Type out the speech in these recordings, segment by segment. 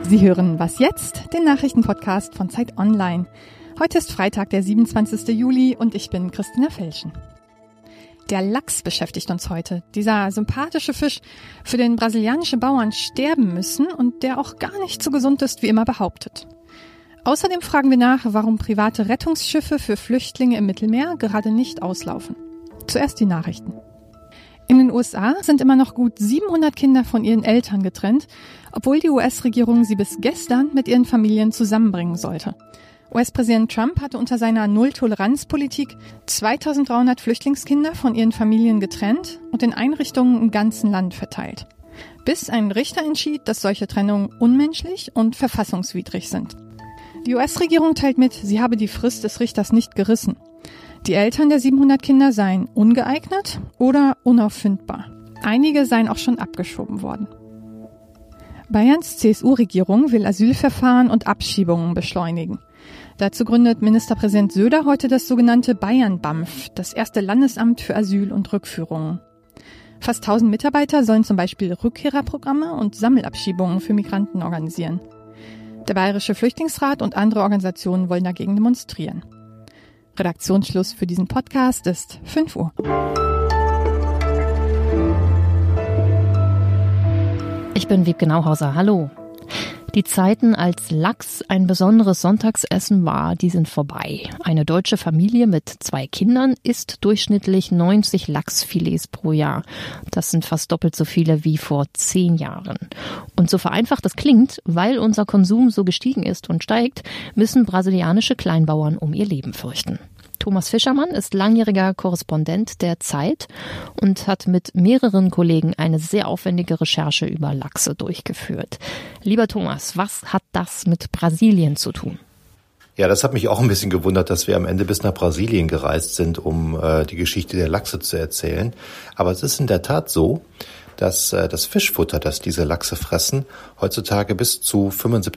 Sie hören Was jetzt? Den Nachrichtenpodcast von Zeit Online. Heute ist Freitag, der 27. Juli und ich bin Christina Felschen. Der Lachs beschäftigt uns heute. Dieser sympathische Fisch, für den brasilianische Bauern sterben müssen und der auch gar nicht so gesund ist, wie immer behauptet. Außerdem fragen wir nach, warum private Rettungsschiffe für Flüchtlinge im Mittelmeer gerade nicht auslaufen. Zuerst die Nachrichten. In den USA sind immer noch gut 700 Kinder von ihren Eltern getrennt, obwohl die US-Regierung sie bis gestern mit ihren Familien zusammenbringen sollte. US-Präsident Trump hatte unter seiner Null-Toleranz-Politik 2300 Flüchtlingskinder von ihren Familien getrennt und in Einrichtungen im ganzen Land verteilt. Bis ein Richter entschied, dass solche Trennungen unmenschlich und verfassungswidrig sind. Die US-Regierung teilt mit, sie habe die Frist des Richters nicht gerissen. Die Eltern der 700 Kinder seien ungeeignet oder unauffindbar. Einige seien auch schon abgeschoben worden. Bayerns CSU-Regierung will Asylverfahren und Abschiebungen beschleunigen. Dazu gründet Ministerpräsident Söder heute das sogenannte Bayern-BAMF, das erste Landesamt für Asyl und Rückführungen. Fast 1000 Mitarbeiter sollen zum Beispiel Rückkehrerprogramme und Sammelabschiebungen für Migranten organisieren. Der Bayerische Flüchtlingsrat und andere Organisationen wollen dagegen demonstrieren. Redaktionsschluss für diesen Podcast ist 5 Uhr. Ich bin Wiebke Nauhauser. Hallo. Die Zeiten, als Lachs ein besonderes Sonntagsessen war, die sind vorbei. Eine deutsche Familie mit 2 Kindern isst durchschnittlich 90 Lachsfilets pro Jahr. Das sind fast doppelt so viele wie vor 10 Jahren. Und so vereinfacht das klingt, weil unser Konsum so gestiegen ist und steigt, müssen brasilianische Kleinbauern um ihr Leben fürchten. Thomas Fischermann ist langjähriger Korrespondent der Zeit und hat mit mehreren Kollegen eine sehr aufwendige Recherche über Lachse durchgeführt. Lieber Thomas, was hat das mit Brasilien zu tun? Ja, das hat mich auch ein bisschen gewundert, dass wir am Ende bis nach Brasilien gereist sind, um die Geschichte der Lachse zu erzählen. Aber es ist in der Tat so, dass das Fischfutter, das diese Lachse fressen, heutzutage bis zu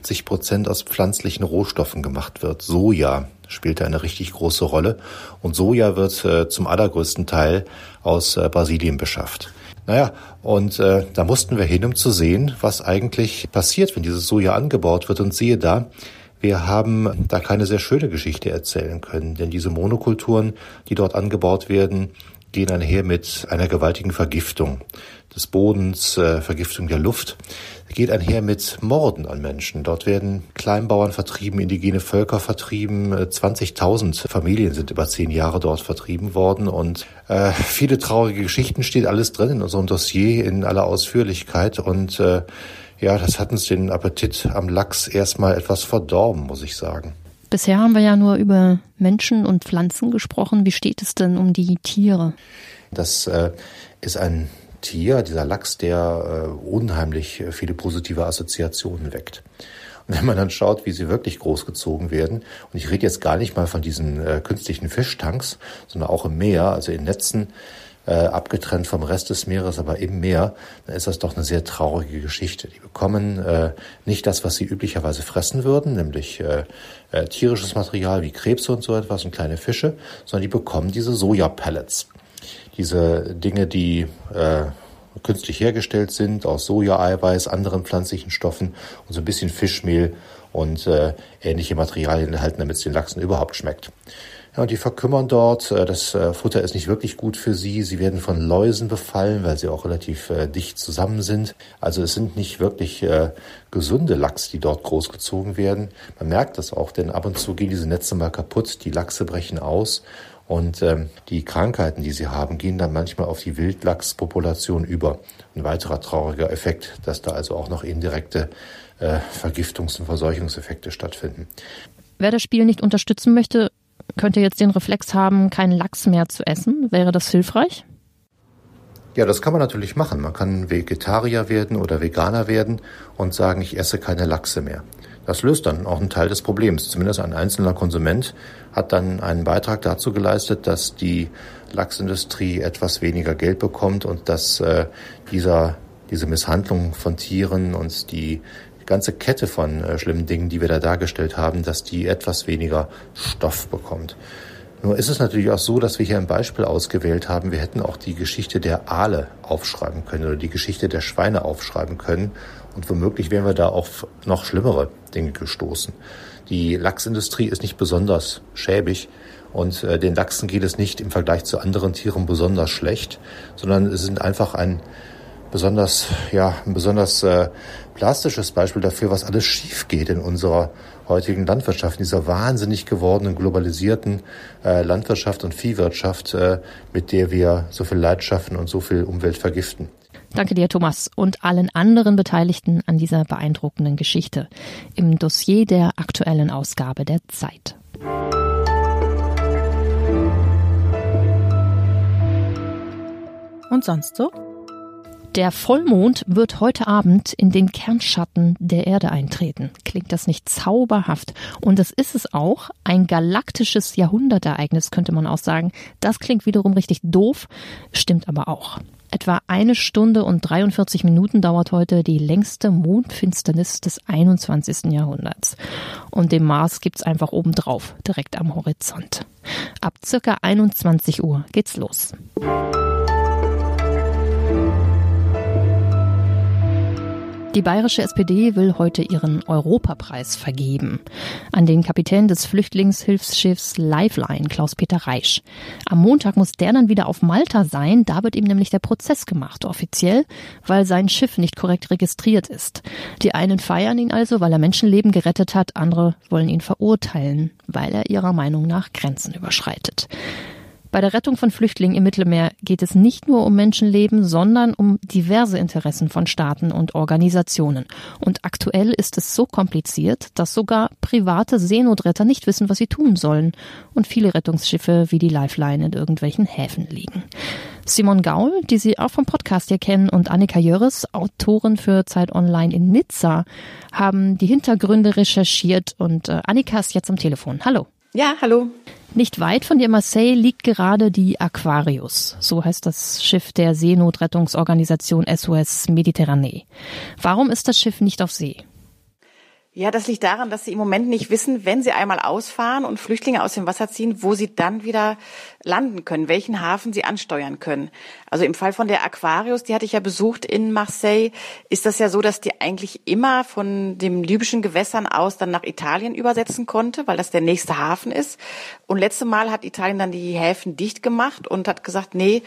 75% aus pflanzlichen Rohstoffen gemacht wird. Soja spielt da eine richtig große Rolle und Soja wird zum allergrößten Teil aus Brasilien beschafft. Naja, und da mussten wir hin, um zu sehen, was eigentlich passiert, wenn dieses Soja angebaut wird. Und siehe da, wir haben da keine sehr schöne Geschichte erzählen können, denn diese Monokulturen, die dort angebaut werden, gehen einher mit einer gewaltigen Vergiftung des Bodens, Vergiftung der Luft, geht einher mit Morden an Menschen. Dort werden Kleinbauern vertrieben, indigene Völker vertrieben, 20.000 Familien sind über 10 Jahre dort vertrieben worden und viele traurige Geschichten, steht alles drin in unserem Dossier in aller Ausführlichkeit und ja, das hat uns den Appetit am Lachs erstmal etwas verdorben, muss ich sagen. Bisher haben wir ja nur über Menschen und Pflanzen gesprochen. Wie steht es denn um die Tiere? Das ist ein Tier, dieser Lachs, der unheimlich viele positive Assoziationen weckt. Und wenn man dann schaut, wie sie wirklich großgezogen werden, und ich rede jetzt gar nicht mal von diesen künstlichen Fischtanks, sondern auch im Meer, also in Netzen, abgetrennt vom Rest des Meeres, aber im Meer, dann ist das doch eine sehr traurige Geschichte. Die bekommen nicht das, was sie üblicherweise fressen würden, nämlich tierisches Material wie Krebse und so etwas und kleine Fische, sondern die bekommen diese Soja-Pellets. Diese Dinge, die künstlich hergestellt sind, aus Soja-Eiweiß, anderen pflanzlichen Stoffen und so ein bisschen Fischmehl und ähnliche Materialien enthalten, damit es den Lachsen überhaupt schmeckt. Ja, und die verkümmern dort. Das Futter ist nicht wirklich gut für sie. Sie werden von Läusen befallen, weil sie auch relativ dicht zusammen sind. Also es sind nicht wirklich gesunde Lachs, die dort großgezogen werden. Man merkt das auch, denn ab und zu gehen diese Netze mal kaputt. Die Lachse brechen aus. Und die Krankheiten, die sie haben, gehen dann manchmal auf die Wildlachspopulation über. Ein weiterer trauriger Effekt, dass da also auch noch indirekte Vergiftungs- und Verseuchungseffekte stattfinden. Wer das Spiel nicht unterstützen möchte, könnte jetzt den Reflex haben, keinen Lachs mehr zu essen. Wäre das hilfreich? Ja, das kann man natürlich machen. Man kann Vegetarier werden oder Veganer werden und sagen, ich esse keine Lachse mehr. Das löst dann auch einen Teil des Problems. Zumindest ein einzelner Konsument hat dann einen Beitrag dazu geleistet, dass die Lachsindustrie etwas weniger Geld bekommt und dass diese Misshandlung von Tieren und die ganze Kette von schlimmen Dingen, die wir da dargestellt haben, dass die etwas weniger Stoff bekommt. Nur ist es natürlich auch so, dass wir hier ein Beispiel ausgewählt haben. Wir hätten auch die Geschichte der Aale aufschreiben können oder die Geschichte der Schweine aufschreiben können Und womöglich wären wir da auf noch schlimmere Dinge gestoßen. Die Lachsindustrie ist nicht besonders schäbig und den Lachsen geht es nicht im Vergleich zu anderen Tieren besonders schlecht, sondern sie sind einfach ein besonders plastisches Beispiel dafür, was alles schief geht in unserer heutigen Landwirtschaft, in dieser wahnsinnig gewordenen, globalisierten Landwirtschaft und Viehwirtschaft, mit der wir so viel Leid schaffen und so viel Umwelt vergiften. Danke dir, Thomas, und allen anderen Beteiligten an dieser beeindruckenden Geschichte im Dossier der aktuellen Ausgabe der Zeit. Und sonst so? Der Vollmond wird heute Abend in den Kernschatten der Erde eintreten. Klingt das nicht zauberhaft? Und das ist es auch. Ein galaktisches Jahrhundertereignis, könnte man auch sagen. Das klingt wiederum richtig doof, stimmt aber auch. Etwa 1 Stunde und 43 Minuten dauert heute die längste Mondfinsternis des 21. Jahrhunderts. Und den Mars gibt's einfach obendrauf, direkt am Horizont. Ab circa 21 Uhr geht's los. Die bayerische SPD will heute ihren Europapreis vergeben an den Kapitän des Flüchtlingshilfsschiffs Lifeline, Klaus-Peter Reisch. Am Montag muss der dann wieder auf Malta sein, da wird ihm nämlich der Prozess gemacht, offiziell, weil sein Schiff nicht korrekt registriert ist. Die einen feiern ihn also, weil er Menschenleben gerettet hat, andere wollen ihn verurteilen, weil er ihrer Meinung nach Grenzen überschreitet. Bei der Rettung von Flüchtlingen im Mittelmeer geht es nicht nur um Menschenleben, sondern um diverse Interessen von Staaten und Organisationen. Und aktuell ist es so kompliziert, dass sogar private Seenotretter nicht wissen, was sie tun sollen. Und viele Rettungsschiffe wie die Lifeline in irgendwelchen Häfen liegen. Simon Gaul, die Sie auch vom Podcast hier kennen, und Annika Jöres, Autorin für Zeit Online in Nizza, haben die Hintergründe recherchiert. Und Annika ist jetzt am Telefon. Hallo. Ja, hallo. Nicht weit von dir Marseille liegt gerade die Aquarius. So heißt das Schiff der Seenotrettungsorganisation SOS Mediterranee. Warum ist das Schiff nicht auf See? Ja, das liegt daran, dass sie im Moment nicht wissen, wenn sie einmal ausfahren und Flüchtlinge aus dem Wasser ziehen, wo sie dann wieder landen können, welchen Hafen sie ansteuern können. Also im Fall von der Aquarius, die hatte ich ja besucht in Marseille, ist das ja so, dass die eigentlich immer von den libyschen Gewässern aus dann nach Italien übersetzen konnte, weil das der nächste Hafen ist. Und letzte Mal hat Italien dann die Häfen dicht gemacht und hat gesagt, nee,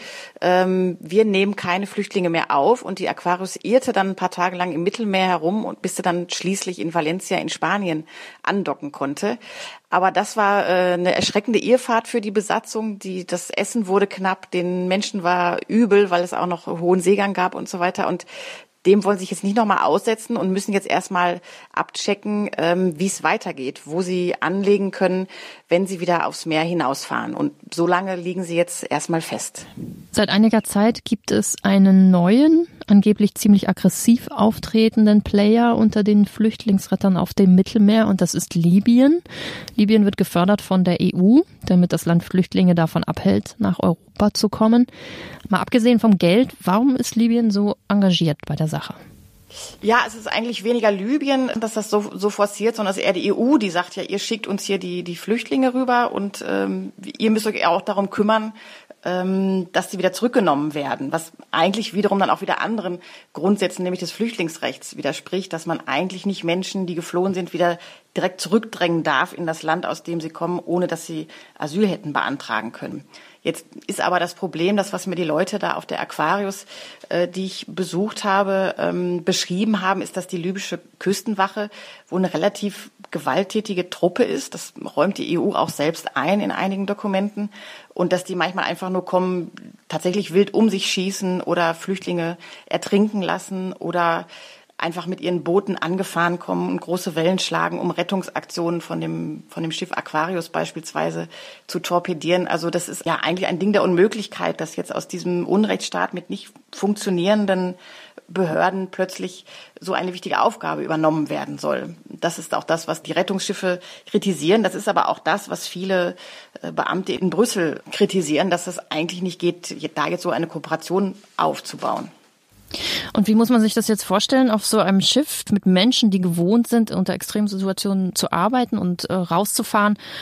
wir nehmen keine Flüchtlinge mehr auf. Und die Aquarius irrte dann ein paar Tage lang im Mittelmeer herum und bis sie dann schließlich in Valencia in Spanien andocken konnte. Aber das war eine erschreckende Irrfahrt für die Besatzung. Das Essen wurde knapp, den Menschen war übel, weil es auch noch hohen Seegang gab und so weiter. Und dem wollen sie sich jetzt nicht nochmal aussetzen und müssen jetzt erstmal abchecken, wie es weitergeht, wo sie anlegen können, wenn sie wieder aufs Meer hinausfahren. Und so lange liegen sie jetzt erstmal fest. Seit einiger Zeit gibt es einen neuen, angeblich ziemlich aggressiv auftretenden Player unter den Flüchtlingsrettern auf dem Mittelmeer, und das ist Libyen. Libyen wird gefördert von der EU, damit das Land Flüchtlinge davon abhält, nach Europa zu kommen. Mal abgesehen vom Geld, warum ist Libyen so engagiert bei der Sache? Ja, es ist eigentlich weniger Libyen, dass das so forciert, sondern es ist eher die EU, die sagt ja, ihr schickt uns hier die Flüchtlinge rüber und ihr müsst euch auch darum kümmern, dass sie wieder zurückgenommen werden, was eigentlich wiederum dann auch wieder anderen Grundsätzen, nämlich des Flüchtlingsrechts, widerspricht, dass man eigentlich nicht Menschen, die geflohen sind, wieder direkt zurückdrängen darf in das Land, aus dem sie kommen, ohne dass sie Asyl hätten beantragen können. Jetzt ist aber das Problem, das, was mir die Leute da auf der Aquarius, die ich besucht habe, beschrieben haben, ist, dass die libysche Küstenwache wohl eine relativ gewalttätige Truppe ist. Das räumt die EU auch selbst ein in einigen Dokumenten. Und dass die manchmal einfach nur kommen, tatsächlich wild um sich schießen oder Flüchtlinge ertrinken lassen oder einfach mit ihren Booten angefahren kommen und große Wellen schlagen, um Rettungsaktionen von dem Schiff Aquarius beispielsweise zu torpedieren. Also das ist ja eigentlich ein Ding der Unmöglichkeit, dass jetzt aus diesem Unrechtsstaat mit nicht funktionierenden Behörden plötzlich so eine wichtige Aufgabe übernommen werden soll. Das ist auch das, was die Rettungsschiffe kritisieren. Das ist aber auch das, was viele Beamte in Brüssel kritisieren, dass es eigentlich nicht geht, da jetzt so eine Kooperation aufzubauen. Und wie muss man sich das jetzt vorstellen, auf so einem Schiff mit Menschen, die gewohnt sind, unter Extremsituationen zu arbeiten und rauszufahren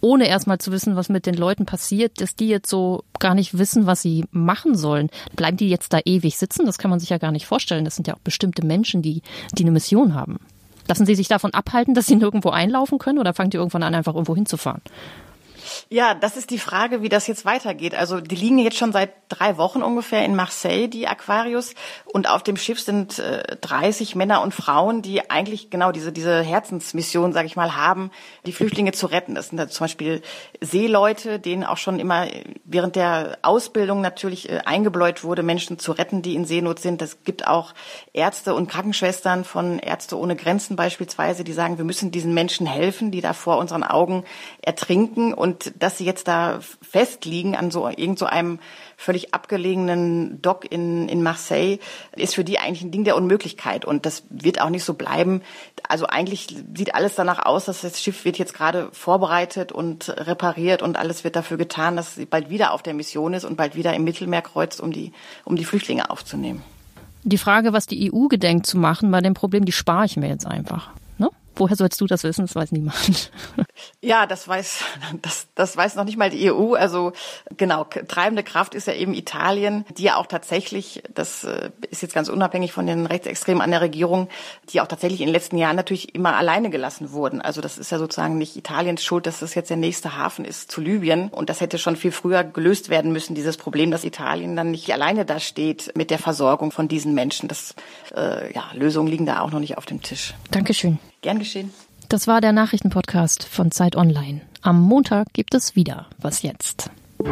ohne erstmal zu wissen, was mit den Leuten passiert, dass die jetzt so gar nicht wissen, was sie machen sollen. Bleiben die jetzt da ewig sitzen? Das kann man sich ja gar nicht vorstellen. Das sind ja auch bestimmte Menschen, die eine Mission haben. Lassen Sie sich davon abhalten, dass Sie nirgendwo einlaufen können, oder fangen die irgendwann an, einfach irgendwo hinzufahren? Ja, das ist die Frage, wie das jetzt weitergeht. Also die liegen jetzt schon seit 3 Wochen ungefähr in Marseille, die Aquarius. Und auf dem Schiff sind 30 Männer und Frauen, die eigentlich genau diese Herzensmission, sage ich mal, haben, die Flüchtlinge zu retten. Das sind da zum Beispiel Seeleute, denen auch schon immer während der Ausbildung natürlich eingebläut wurde, Menschen zu retten, die in Seenot sind. Es gibt auch Ärzte und Krankenschwestern von Ärzte ohne Grenzen beispielsweise, die sagen, wir müssen diesen Menschen helfen, die da vor unseren Augen ertrinken. Und dass sie jetzt da festliegen an irgend so einem völlig abgelegenen Dock in Marseille, ist für die eigentlich ein Ding der Unmöglichkeit. Und das wird auch nicht so bleiben. Also eigentlich sieht alles danach aus, dass das Schiff wird jetzt gerade vorbereitet und repariert und alles wird dafür getan, dass sie bald wieder auf der Mission ist und bald wieder im Mittelmeer kreuzt, um die Flüchtlinge aufzunehmen. Die Frage, was die EU gedenkt zu machen bei dem Problem, die spare ich mir jetzt einfach. Ne? Woher sollst du das wissen? Das weiß niemand. Ja, das weiß noch nicht mal die EU. Also genau, treibende Kraft ist ja eben Italien, die ja auch tatsächlich, das ist jetzt ganz unabhängig von den Rechtsextremen an der Regierung, die auch tatsächlich in den letzten Jahren natürlich immer alleine gelassen wurden. Also das ist ja sozusagen nicht Italiens Schuld, dass das jetzt der nächste Hafen ist zu Libyen. Und das hätte schon viel früher gelöst werden müssen, dieses Problem, dass Italien dann nicht alleine da steht mit der Versorgung von diesen Menschen. Lösungen liegen da auch noch nicht auf dem Tisch. Dankeschön. Gern geschehen. Das war der Nachrichtenpodcast von Zeit Online. Am Montag gibt es wieder Was jetzt? Es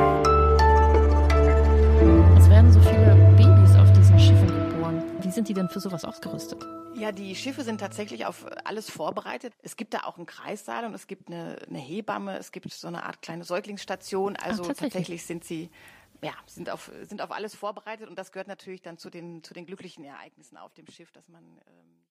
werden so viele Babys auf diesen Schiffen geboren. Wie sind die denn für sowas ausgerüstet? Ja, die Schiffe sind tatsächlich auf alles vorbereitet. Es gibt da auch einen Kreissaal und es gibt eine Hebamme, es gibt so eine Art kleine Säuglingsstation. Also tatsächlich sind sie sind auf alles vorbereitet und das gehört natürlich dann zu den glücklichen Ereignissen auf dem Schiff, dass man